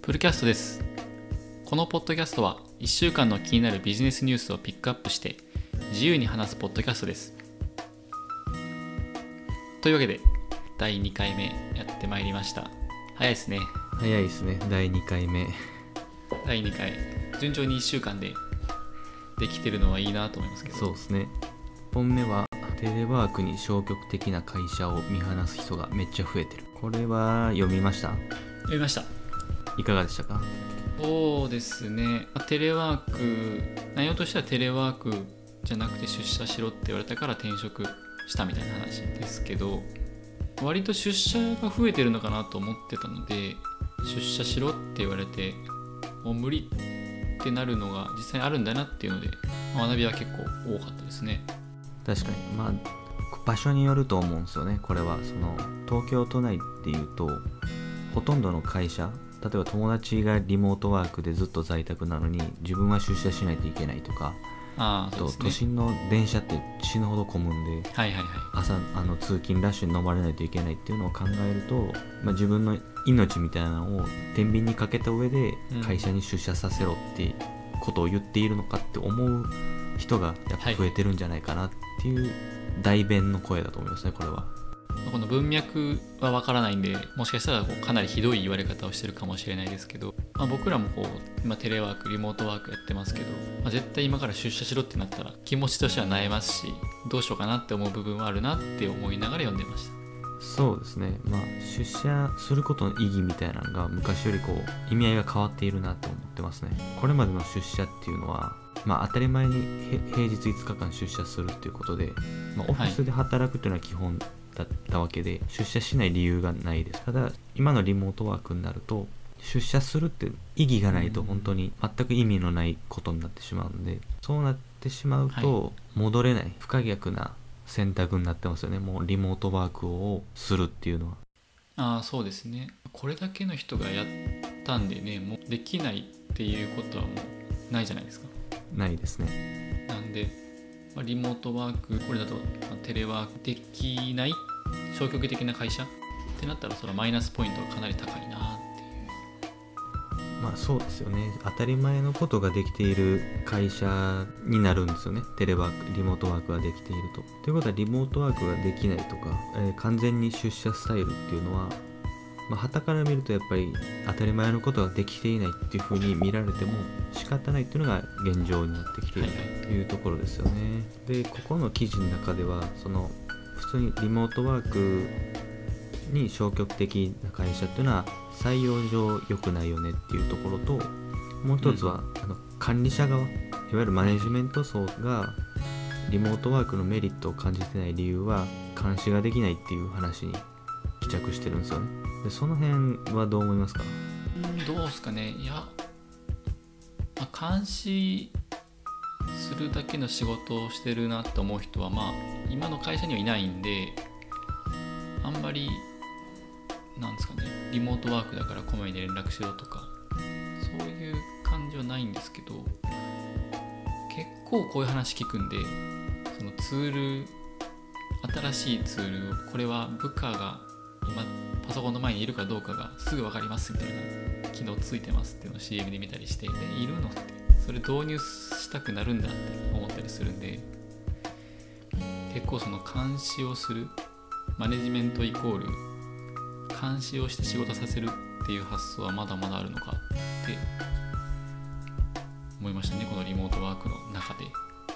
フルキャストです。このポッドキャストは1週間の気になるビジネスニュースをピックアップして自由に話すポッドキャストです。というわけで第2回目やってまいりました。早いですね。 早いですね。第2回目。 第2回順調に1週間でできてるのはいいなと思いますけど。 そうですね。1本目はテレワークに消極的な会社を見放す人がめっちゃ増えてる。これは読みました？ 読みました。 いかがでしたか？ そうですね、テレワーク、内容としてはテレワークじゃなくて出社しろって言われたから転職したみたいな話ですけど、割と出社が増えてるのかなと思ってたので、出社しろって言われてもう無理ってなるのが実際にあるんだなっていうので、学びは結構多かったですね。 確かに、場所によると思うんですよね。これはその東京都内っていうとほとんどの会社、例えば友達がリモートワークでずっと在宅なのに自分は出社しないといけないとか、 そうですね、 都心の電車って死ぬほど混むんで、朝通勤ラッシュに飲まれないといけないっていうのを考えると、自分の命みたいなのを天秤にかけた上で会社に出社させろってことを言っているのかって思う人がやっぱ増えてるんじゃないかなっていう代弁の声だと思いますね、これは。 この文脈は分からないんで、もしかしたらかなりひどい言われ方をしてるかもしれないですけど、僕らも今テレワークリモートワークやってますけど、絶対今から出社しろってなったら気持ちとしては萎えますし、どうしようかなって思う部分はあるなって思いながら読んでました。 そうですね、出社することの意義みたいなのが昔より意味合いが変わっているなと思ってますね。これまでの出社っていうのは当たり前に平日5日間出社するっていうことで、オフィスで働くっていうのは基本だったわけで、出社しない理由がないです。ただ今のリモートワークになると出社するって意義がないと本当に全く意味のないことになってしまうので、そうなってしまうと戻れない不可逆な選択になってますよね。もうリモートワークをするっていうのは。 そうですね。これだけの人がやったんでね、もうできないっていうことはもうないじゃないですか。 ないですね。 なんでリモートワーク、これだとテレワークできない消極的な会社ってなったら、それはマイナスポイントがかなり高いなっていう。 そうですよね。当たり前のことができている会社になるんですよね。テレワークリモートワークができていると。ということはリモートワークができないとか、完全に出社スタイルっていうのは、傍から見るとやっぱり当たり前のことができていないっていう風に見られても仕方ないっていうのが現状になってきているというところですよね。でここの記事の中では普通にリモートワークに消極的な会社っていうのは採用上良くないよねっていうところと、もう一つは、管理者側、いわゆるマネジメント層がリモートワークのメリットを感じてない理由は監視ができないっていう話に帰着してるんですよね。でその辺はどう思いますか？ どうですかね。いや、監視するだけの仕事をしてるなと思う人は今の会社にはいないんで、あんまりなんですかね、リモートワークだからこまめに連絡しろとかそういう感じはないんですけど、結構こういう話聞くんで、そのツール、新しいツールを、これは部下が今パソコンの前にいるかどうかがすぐ分かりますみたいな機能ついてますっていうのを CM で見たりして、いるのってそれ導入したくなるんだって思ったりするんで、結構その監視をする、マネジメントイコール監視をして仕事させるっていう発想はまだまだあるのかって思いましたね、このリモートワークの中で。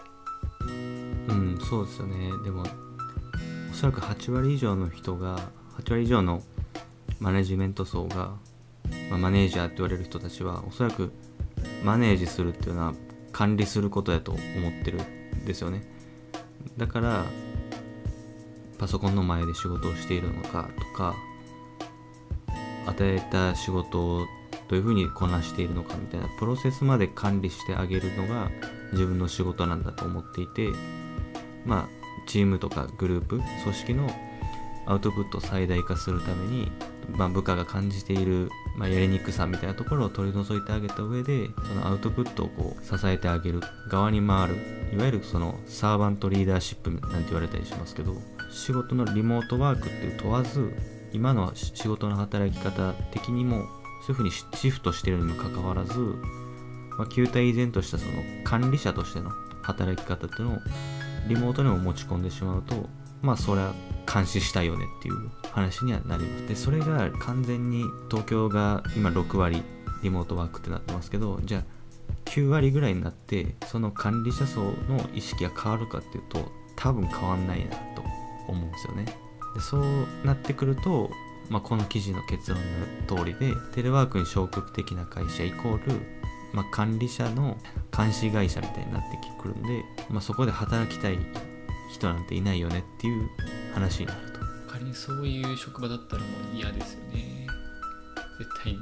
そうですよね。でもおそらく8割以上の人が、8割以上のマネジメント層が、マネージャーって言われる人たちはおそらくマネージするっていうのは管理することだと思ってるんですよね。だからパソコンの前で仕事をしているのかとか、与えた仕事をどういうふうにこなしているのかみたいなプロセスまで管理してあげるのが自分の仕事なんだと思っていて、チームとかグループ、組織のアウトプットを最大化するために、部下が感じている、やりにくさみたいなところを取り除いてあげた上で、そのアウトプットを支えてあげる側に回る、いわゆるそのサーバントリーダーシップなんて言われたりしますけど、仕事のリモートワークっていう問わず、今の仕事の働き方的にもそういうふうにシフトしてるにもかかわらず、旧態依然としたその管理者としての働き方っていうのをリモートにも持ち込んでしまうと、それは監視したいよねっていう話にはなります。でそれが完全に東京が今6割リモートワークってなってますけど、じゃあ9割ぐらいになってその管理者層の意識が変わるかっていうと多分変わんないなと思うんですよね。でそうなってくると、この記事の結論の通りでテレワークに消極的な会社イコール、管理者の監視会社みたいになってくるんで、そこで働きたい人なんていないよねっていう話になると。 仮にそういう職場だったらもう嫌ですよね、絶対に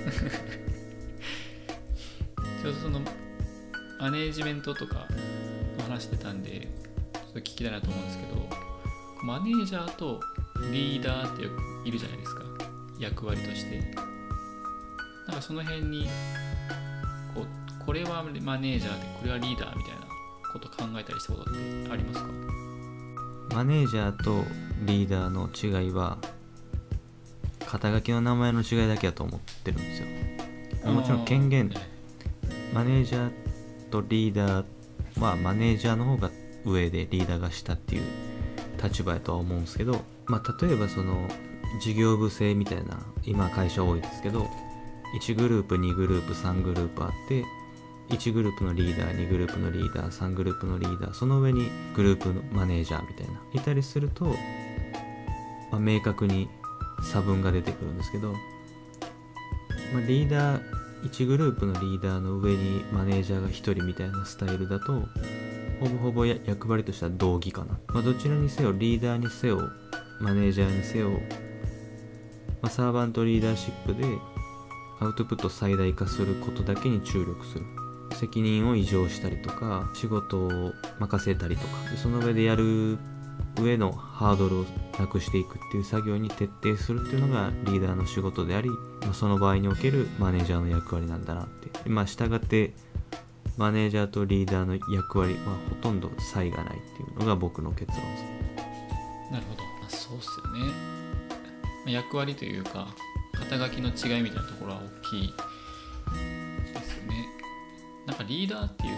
ちょうどそのマネージメントとかの話してたんでちょっと聞きたいなと思うんですけど、マネージャーとリーダーってよくいるじゃないですか、役割として。なんかその辺にこれはマネージャーでこれはリーダーみたいなこと考えたりしたことってありますか？ マネージャーとリーダーの違いは肩書きの名前の違いだけだと思ってるんですよ。もちろん権限、マネージャーとリーダーはマネージャーの方が上でリーダーが下っていう立場やとは思うんですけど、例えばその事業部制みたいな今会社多いですけど、1グループ2グループ3グループあって1グループのリーダー2グループのリーダー3グループのリーダー、その上にグループのマネージャーみたいないたりすると、明確に差分が出てくるんですけど、リーダー1グループのリーダーの上にマネージャーが1人みたいなスタイルだとほぼほぼ役割としては同義かな。どちらにせよリーダーにせよマネージャーにせよ、サーバントリーダーシップでアウトプットを最大化することだけに注力する。責任を移譲したりとか仕事を任せたりとか、その上でやる上のハードルをなくしていくっていう作業に徹底するっていうのがリーダーの仕事であり、その場合におけるマネージャーの役割なんだなって。従ってマネージャーとリーダーの役割はほとんど差異がないっていうのが僕の結論です。 なるほど、そうっすよね。役割というか肩書きの違いみたいなところは大きいですよね。なんかリーダーっていう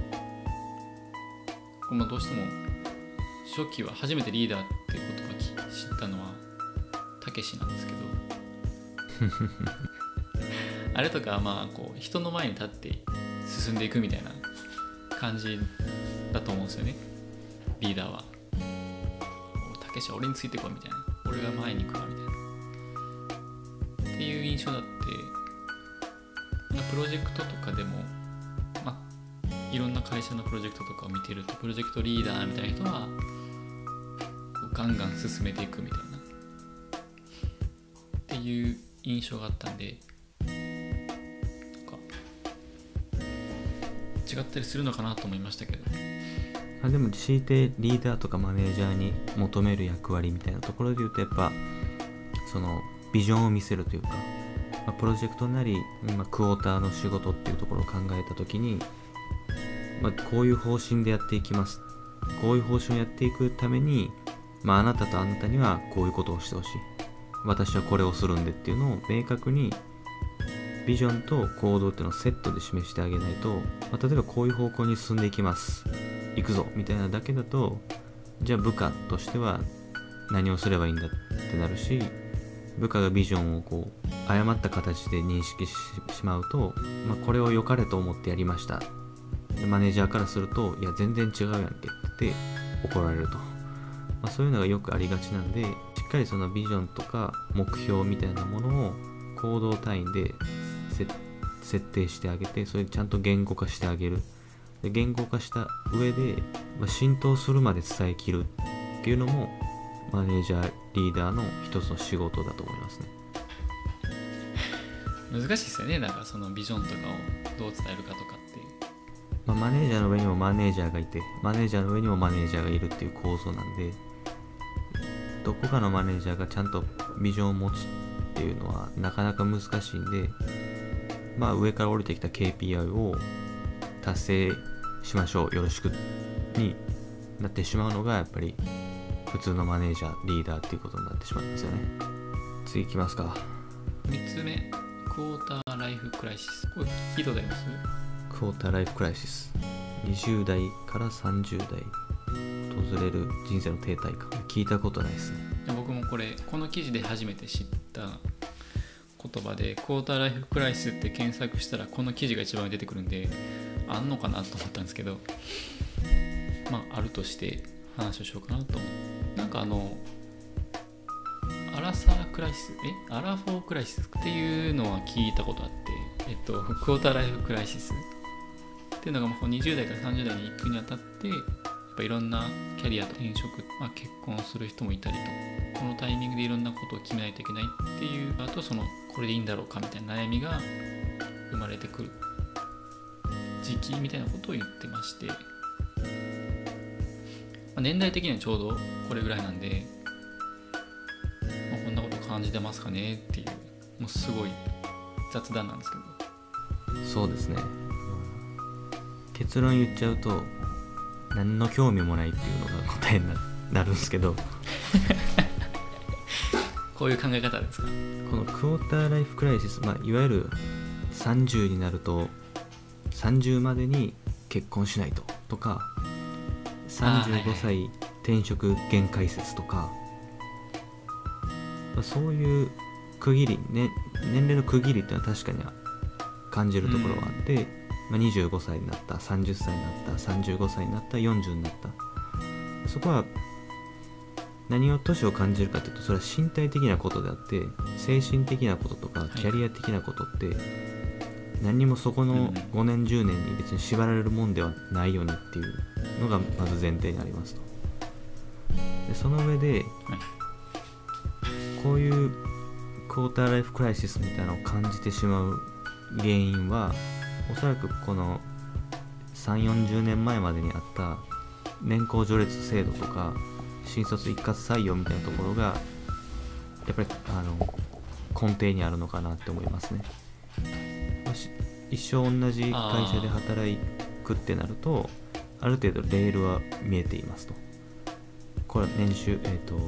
と、どうしても初期は初めてリーダーっていうことが知ったのはたけしなんですけどあれとか人の前に立って進んでいくみたいな感じだと思うんですよね、リーダーは。たけしは俺についてこいみたいな、俺が前に行くわみたいなっていう印象だって、プロジェクトとかでもいろんな会社のプロジェクトとかを見てると、プロジェクトリーダーみたいな人はガンガン進めていくみたいなっていう印象があったんで、違ったりするのかなと思いましたけど。 でも強いてリーダーとかマネージャーに求める役割みたいなところで言うと、やっぱそのビジョンを見せるというか、プロジェクトなり、クォーターの仕事っていうところを考えたときに、こういう方針でやっていきます、こういう方針をやっていくために、あなたとあなたにはこういうことをしてほしい、私はこれをするんでっていうのを明確にビジョンと行動っていうのをセットで示してあげないと、例えばこういう方向に進んでいきます、行くぞみたいなだけだと、じゃあ部下としては何をすればいいんだってなるし、部下がビジョンを誤った形で認識してしまうと、これを良かれと思ってやりました、マネージャーからすると、いや全然違うやんけって怒られると、そういうのがよくありがちなんで、しっかりそのビジョンとか目標みたいなものを行動単位で設定してあげて、それちゃんと言語化してあげる。で言語化した上で、浸透するまで伝えきるっていうのもマネージャーリーダーの一つの仕事だと思いますね。 難しいですよね。なんかそのビジョンとかをどう伝えるかとかっていう。 マネージャーの上にもマネージャーがいて、マネージャーの上にもマネージャーがいるっていう構造なんで、どこかのマネージャーがちゃんとビジョンを持つっていうのはなかなか難しいんで、上から降りてきた KPI を達成しましょう、よろしくになってしまうのがやっぱり普通のマネージャーリーダーっていうことになってしまいますよね。次いきますか。 3つ目、 クォーターライフクライシス、これ聞いたことあります？ クォーターライフクライシス、20代から30代訪れる人生の停滞感、聞いたことないですね。 僕もこの記事で初めて知った言葉で、クォーターライフクライシスって検索したらこの記事が一番出てくるんで、あんのかなと思ったんですけど、まああるとして話をしようかなと思う。なんかアラサークライシス、アラフォークライシスっていうのは聞いたことあって、クォーターライフクライシスっていうのが20代から30代に行くにあたって、やっぱいろんなキャリアと転職、結婚する人もいたりと、このタイミングでいろんなことを決めないといけないっていう、あとこれでいいんだろうかみたいな悩みが生まれてくる時期みたいなことを言ってまして、年代的にはちょうどこれぐらいなんで、こんなこと感じてますかねっていう、もうすごい雑談なんですけど。 そうですね、結論言っちゃうと何の興味もないっていうのが答えになるんですけどこういう考え方ですか？ このクォーターライフクライシス、いわゆる30になると30までに結婚しないとか、35歳転職限界説とか、そういう区切り、ね、年齢の区切りっていうのは確かに感じるところがあって、25歳になった、30歳になった、35歳になった、40になった、そこは何を年を感じるかというと、それは身体的なことであって、精神的なこととかキャリア的なことって何にもそこの5年10年に別に縛られるもんではないよねっていうのがまず前提にありますと。でその上で、こういうクォーターライフクライシスみたいなのを感じてしまう原因は、おそらくこの3、40年前までにあった年功序列制度とか新卒一括採用みたいなところがやっぱり根底にあるのかなって思いますね。一生同じ会社で働くってなると、ある程度レールは見えていますと。これは年収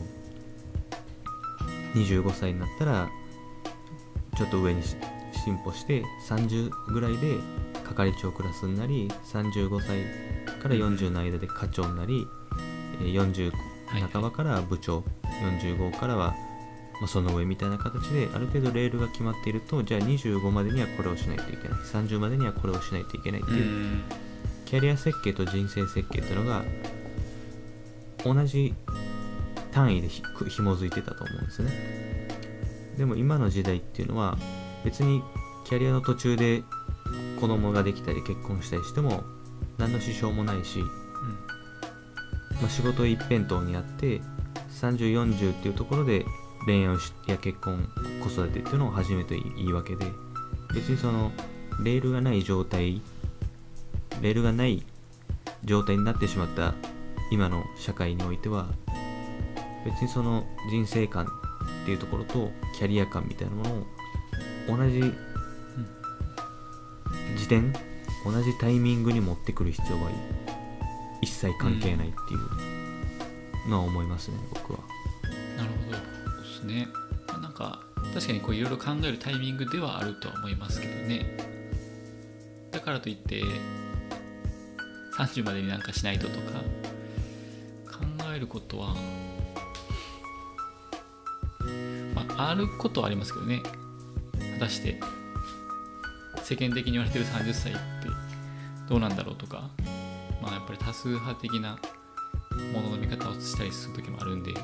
25歳になったらちょっと上に進歩して30ぐらいで係長クラスになり、35歳から40の間で課長になり、40半ばから部長、45からはその上みたいな形である程度レールが決まっていると、じゃあ25までにはこれをしないといけない、30までにはこれをしないといけないっていうキャリア設計と人生設計っていうのが同じ単位で紐づいてたと思うんですね。でも今の時代っていうのは別にキャリアの途中で子供ができたり結婚したりしても何の支障もないし、仕事一辺倒にあって30、40っていうところで恋愛や結婚、子育てっていうのを始めていいわけで、別にそのレールがない状態になってしまった今の社会においては、別にその人生観っていうところとキャリア観みたいなものを同じ時点、同じタイミングに持ってくる必要は一切関係ないっていうのは思いますね、僕は。 なるほどですね。なんか確かにいろいろ考えるタイミングではあるとは思いますけどね。だからといって30までになんかしないととか考えることは、あることはありますけどね。果たして世間的に言われてる30歳ってどうなんだろうとか、やっぱり多数派的なものの見方をしたりする時もあるんで、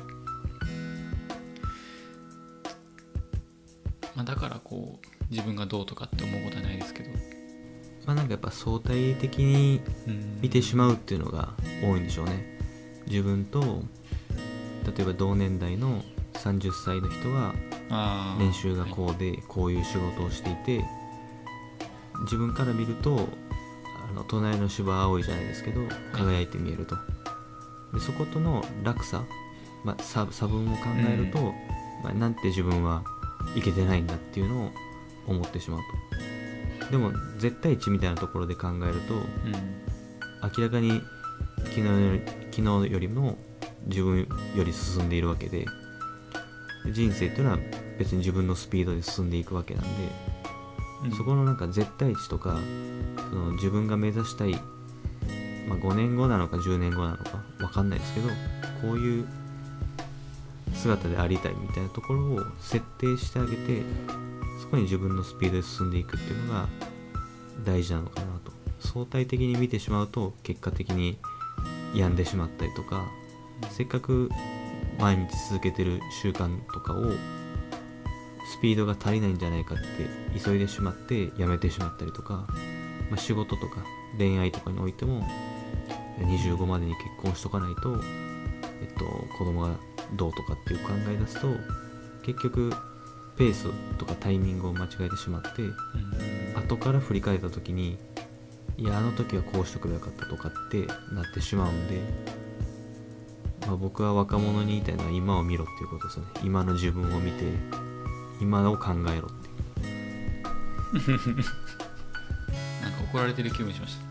だから自分がどうとかって思うことはないですけど、 なんかやっぱ相対的に見てしまうっていうのが多いんでしょうね。自分と例えば同年代の30歳の人は年収がこうでこういう仕事をしていて、自分から見ると隣の芝は青いじゃないですけど輝いて見えると。でそことの落差、差分を考えると、なんて自分はいけてないんだっていうのを思ってしまうと。でも絶対値みたいなところで考えると、明らかに昨日よりも自分より進んでいるわけで、人生っていうのは別に自分のスピードで進んでいくわけなんで、 そこのなんか絶対値とかその自分が目指したい、5年後なのか10年後なのか分かんないですけど、こういう姿でありたいみたいなところを設定してあげて、そこに自分のスピードで進んでいくっていうのが大事なのかなと。相対的に見てしまうと結果的に病んでしまったりとか、せっかく毎日続けてる習慣とかをスピードが足りないんじゃないかって急いでしまってやめてしまったりとか、仕事とか恋愛とかにおいても25までに結婚しとかないと、子供がどうとかっていう考え出すと、結局ペースとかタイミングを間違えてしまって、後から振り返った時にいやあの時はこうしとけばよかったとかってなってしまうんで、僕は若者に言いたいのは今を見ろっていうことですよね。今の自分を見て今を考えろっていう。 なんか怒られてる気分しました。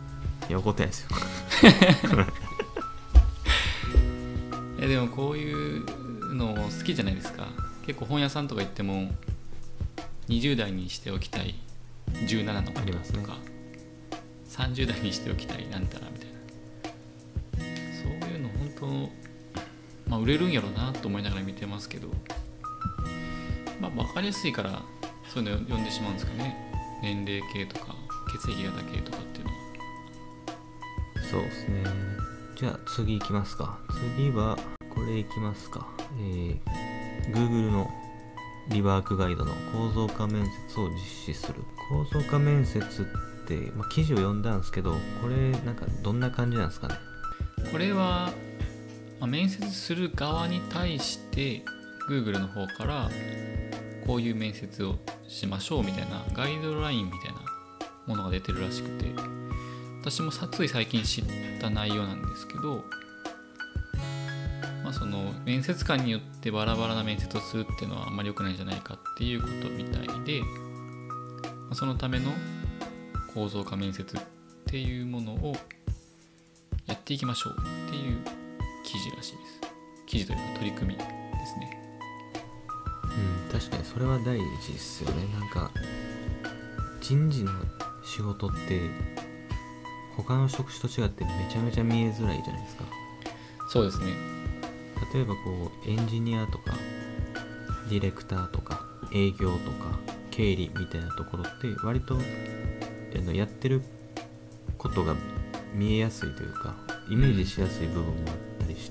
いや怒ってないですよ。 でもこういうの好きじゃないですか。結構本屋さんとか行っても20代にしておきたい17のこととか、30代にしておきたいなんたらみたいな、そういうの本当、売れるんやろうなと思いながら見てますけど、分かりやすいからそういうの読んでしまうんですかね。年齢系とか血液型系とかっていうのは。 そうですね。じゃあ次行きますか。次はこれ行きますか。Google のリワークガイドの構造化面接を実施する。構造化面接って、記事を読んだんですけど、これなんかどんな感じなんですかね。 これは、面接する側に対して Google の方からこういう面接をしましょうみたいなガイドラインみたいなものが出てるらしくて、私もつい最近知った内容なんですけど、その面接官によってバラバラな面接をするっていうのはあんまり良くないんじゃないかっていうことみたいで、そのための構造化面接っていうものをやっていきましょうっていう記事らしいです。記事というか取り組みですね。 確かにそれは大事ですよね。なんか人事の仕事って他の職種と違ってめちゃめちゃ見えづらいじゃないですか。 そうですね。 例えばエンジニアとかディレクターとか営業とか経理みたいなところって割とやってることが見えやすいというかイメージしやすい部分もあったりして、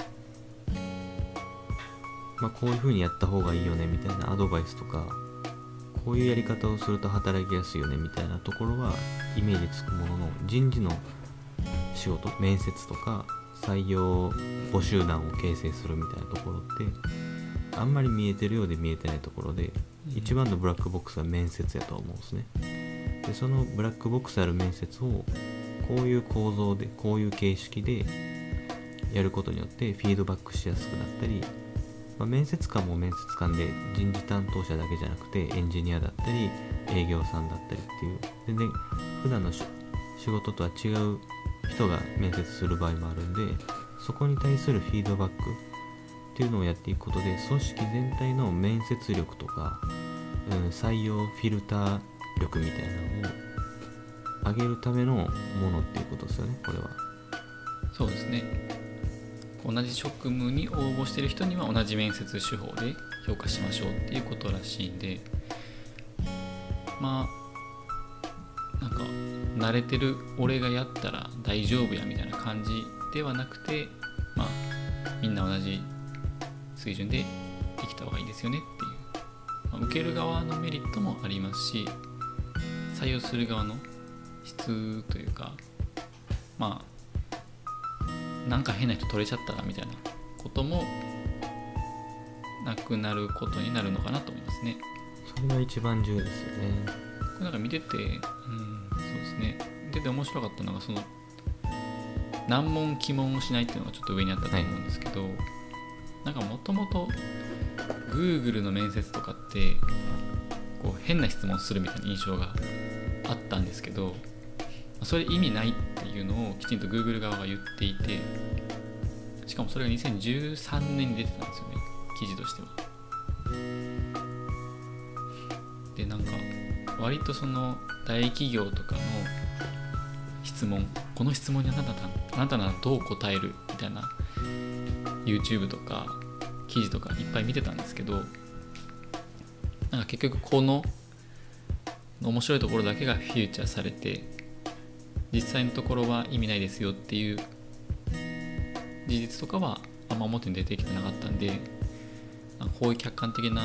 こういう風にやった方がいいよねみたいなアドバイスとか、こういうやり方をすると働きやすいよねみたいなところはイメージつくものの、人事の仕事、面接とか採用募集団を形成するみたいなところってあんまり見えてるようで見えてないところで、一番のブラックボックスは面接やと思うんですね。でそのブラックボックスある面接をこういう構造でこういう形式でやることによってフィードバックしやすくなったり、面接官も面接官で人事担当者だけじゃなくてエンジニアだったり営業さんだったりっていう全然普段の仕事とは違う人が面接する場合もあるんで、そこに対するフィードバックっていうのをやっていくことで組織全体の面接力とか、採用フィルター力みたいなのを上げるためのものっていうことですよね。これはそうですね。同じ職務に応募している人には同じ面接手法で評価しましょうっていうことらしいんで、なんか慣れてる俺がやったら大丈夫やみたいな感じではなくて、みんな同じ水準でできた方がいいですよねっていう、受ける側のメリットもありますし、採用する側の質というか、なんか変な人取れちゃったらみたいなこともなくなることになるのかなと思いますね。 それが一番重要ですよね。 これなんか見てて、そうですね。見てて面白かったのが、その難問奇問をしないっていうのがちょっと上にあったと思うんですけど、なんかもともと Google の面接とかって変な質問するみたいな印象があったんですけど、それ意味ないっていうのをきちんと Google 側が言っていて、しかもそれが2013年に出てたんですよね、記事としては。で、なんか割とその大企業とかの質問、この質問にあなたならどう答えるみたいな YouTube とか記事とかいっぱい見てたんですけど、なんか結局この面白いところだけがフューチャーされて、実際のところは意味ないですよっていう事実とかはあんま表に出てきてなかったんで、こういう客観的な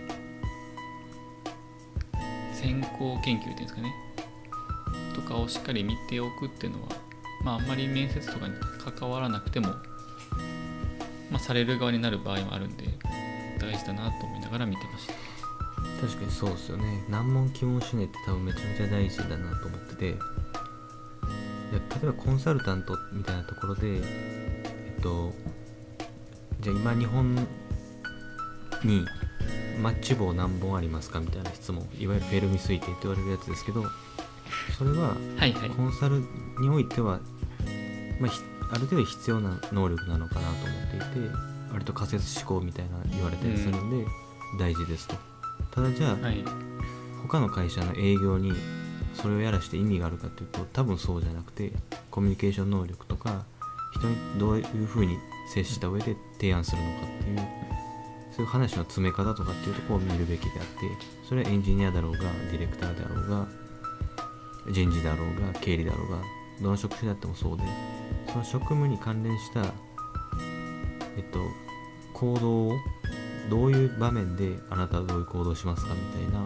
先行研究っていうんですかねとかをしっかり見ておくっていうのは、あんまり面接とかに関わらなくても、される側になる場合もあるんで大事だなと思いながら見てました。 確かにそうですよね。難問奇問しないって多分めちゃめちゃ大事だなと思ってて、例えばコンサルタントみたいなところでじゃあ今日本にマッチ棒何本ありますかみたいな質問、いわゆるフェルミ推定って言われるやつですけど、それはコンサルにおいては、ある程度必要な能力なのかなと思っていて、割と仮説思考みたいな言われたりするんで大事ですと。ただじゃあ、他の会社の営業にそれをやらして意味があるかというと多分そうじゃなくて、コミュニケーション能力とか人にどういうふうに接した上で提案するのかっていう、そういう話の詰め方とかっていうところを見るべきであって、それはエンジニアだろうがディレクターであろうが人事だろうが経理だろうがどの職種であってもそうで、その職務に関連した行動をどういう場面であなたはどういう行動をしますかみたいな、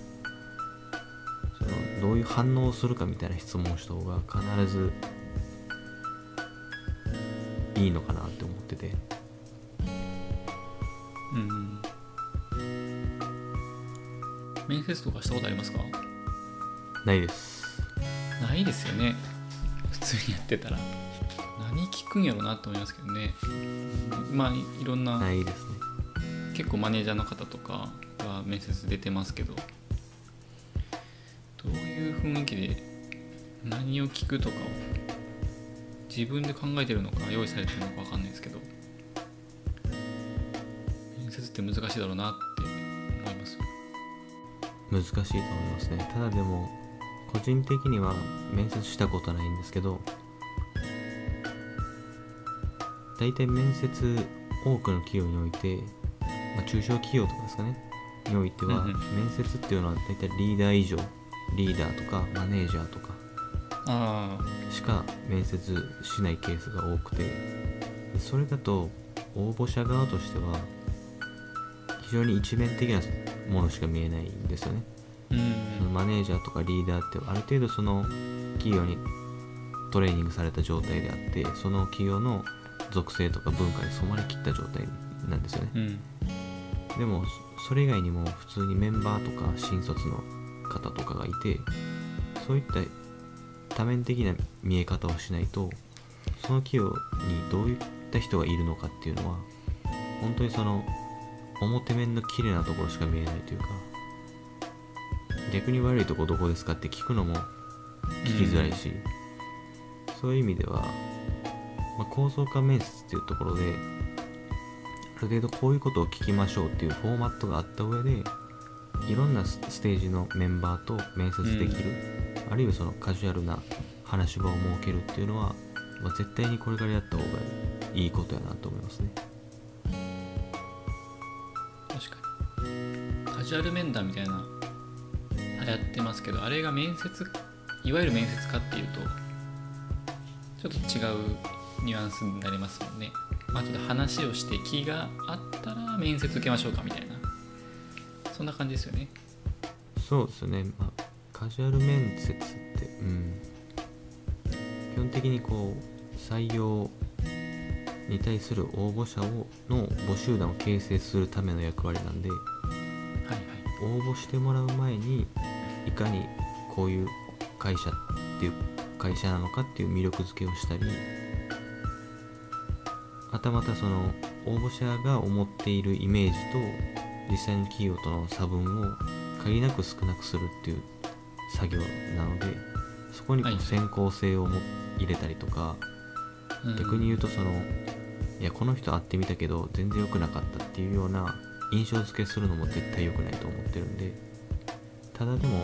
どういう反応をするかみたいな質問をした方が必ずいいのかなって思ってて、 面接とかしたことありますか？ ないです。 ないですよね。普通にやってたら何聞くんやろうなと思いますけどね。いろんな、 ないですね。 結構マネージャーの方とかが面接出てますけど、どういう雰囲気で何を聞くとかを自分で考えてるのか用意されてるのか分かんないですけど、面接って難しいだろうなって思います。 難しいと思いますね。ただでも個人的には面接したことないんですけど、大体面接多くの企業において、中小企業とかですかねにおいては、面接っていうのは大体リーダー以上、リーダーとかマネージャーとかしか面接しないケースが多くて、それだと応募者側としては非常に一面的なものしか見えないんですよね。そのマネージャーとかリーダーってある程度その企業にトレーニングされた状態であって、その企業の属性とか文化に染まりきった状態なんですよね。でもそれ以外にも普通にメンバーとか新卒の方とかがいて、そういった多面的な見え方をしないと、その企業にどういった人がいるのかっていうのは本当にその表面の綺麗なところしか見えないというか、逆に悪いとこどこですかって聞くのも聞きづらいし、そういう意味では、構造化面接っていうところである程度こういうことを聞きましょうっていうフォーマットがあった上で、いろんなステージのメンバーと面接できる、あるいはそのカジュアルな話し場を設けるっていうのは、絶対にこれからやった方がいいことやなと思いますね。 確かにカジュアル面談みたいな流行ってますけど、あれが面接、いわゆる面接かっていうとちょっと違うニュアンスになりますもんね。ちょっと話をして気があったら面接受けましょうかみたいな、そんな感じですよね。 そうですよね。カジュアル面接って、基本的にこう採用に対する応募者の募集団を形成するための役割なんで、応募してもらう前にいかにこういう会社っていう会社なのかっていう魅力付けをしたり、またその応募者が思っているイメージと実際の企業との差分を限りなく少なくするっていう作業なので、そこに先行性を入れたりとか、逆に言うといやこの人会ってみたけど全然良くなかったっていうような印象付けするのも絶対良くないと思ってるんで、 ただでも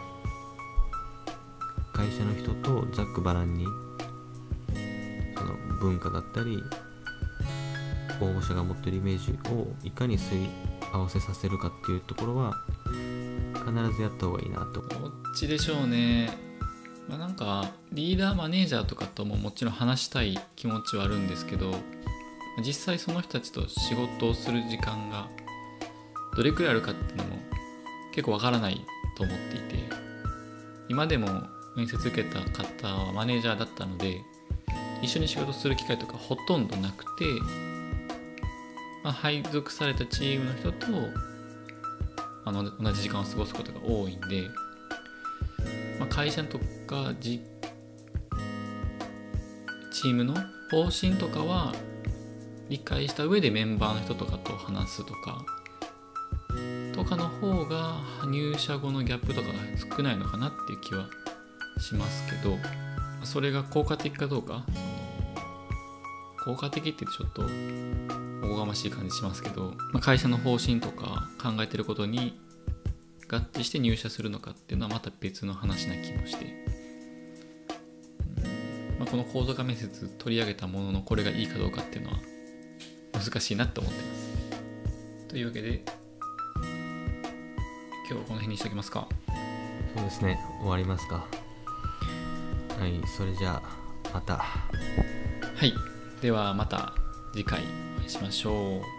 会社の人とざっくばらんにその文化だったり応募者が持っているイメージをいかにすり合わせさせるかっていうところは必ずやった方がいいなと。 どっちでしょうね。なんかリーダーマネージャーとかとももちろん話したい気持ちはあるんですけど、実際その人たちと仕事をする時間がどれくらいあるかっていうのも結構わからないと思っていて、今でも面接受けた方はマネージャーだったので一緒に仕事する機会とかほとんどなくて、配属されたチームの人と同じ時間を過ごすことが多いんで、会社とかチームの方針とかは理解した上でメンバーの人とかと話すとかの方が入社後のギャップとかが少ないのかなっていう気はしますけど、それが効果的かどうか、効果的って言ってちょっとおこがましい感じしますけど、会社の方針とか考えてることに合致して入社するのかっていうのはまた別の話な気もして、この講座化面接取り上げたもののこれがいいかどうかっていうのは難しいなって思ってます。というわけで今日はこの辺にしておきますか。 そうですね、終わりますか。はい、それじゃあまた。 はい、ではまた次回お会いしましょう。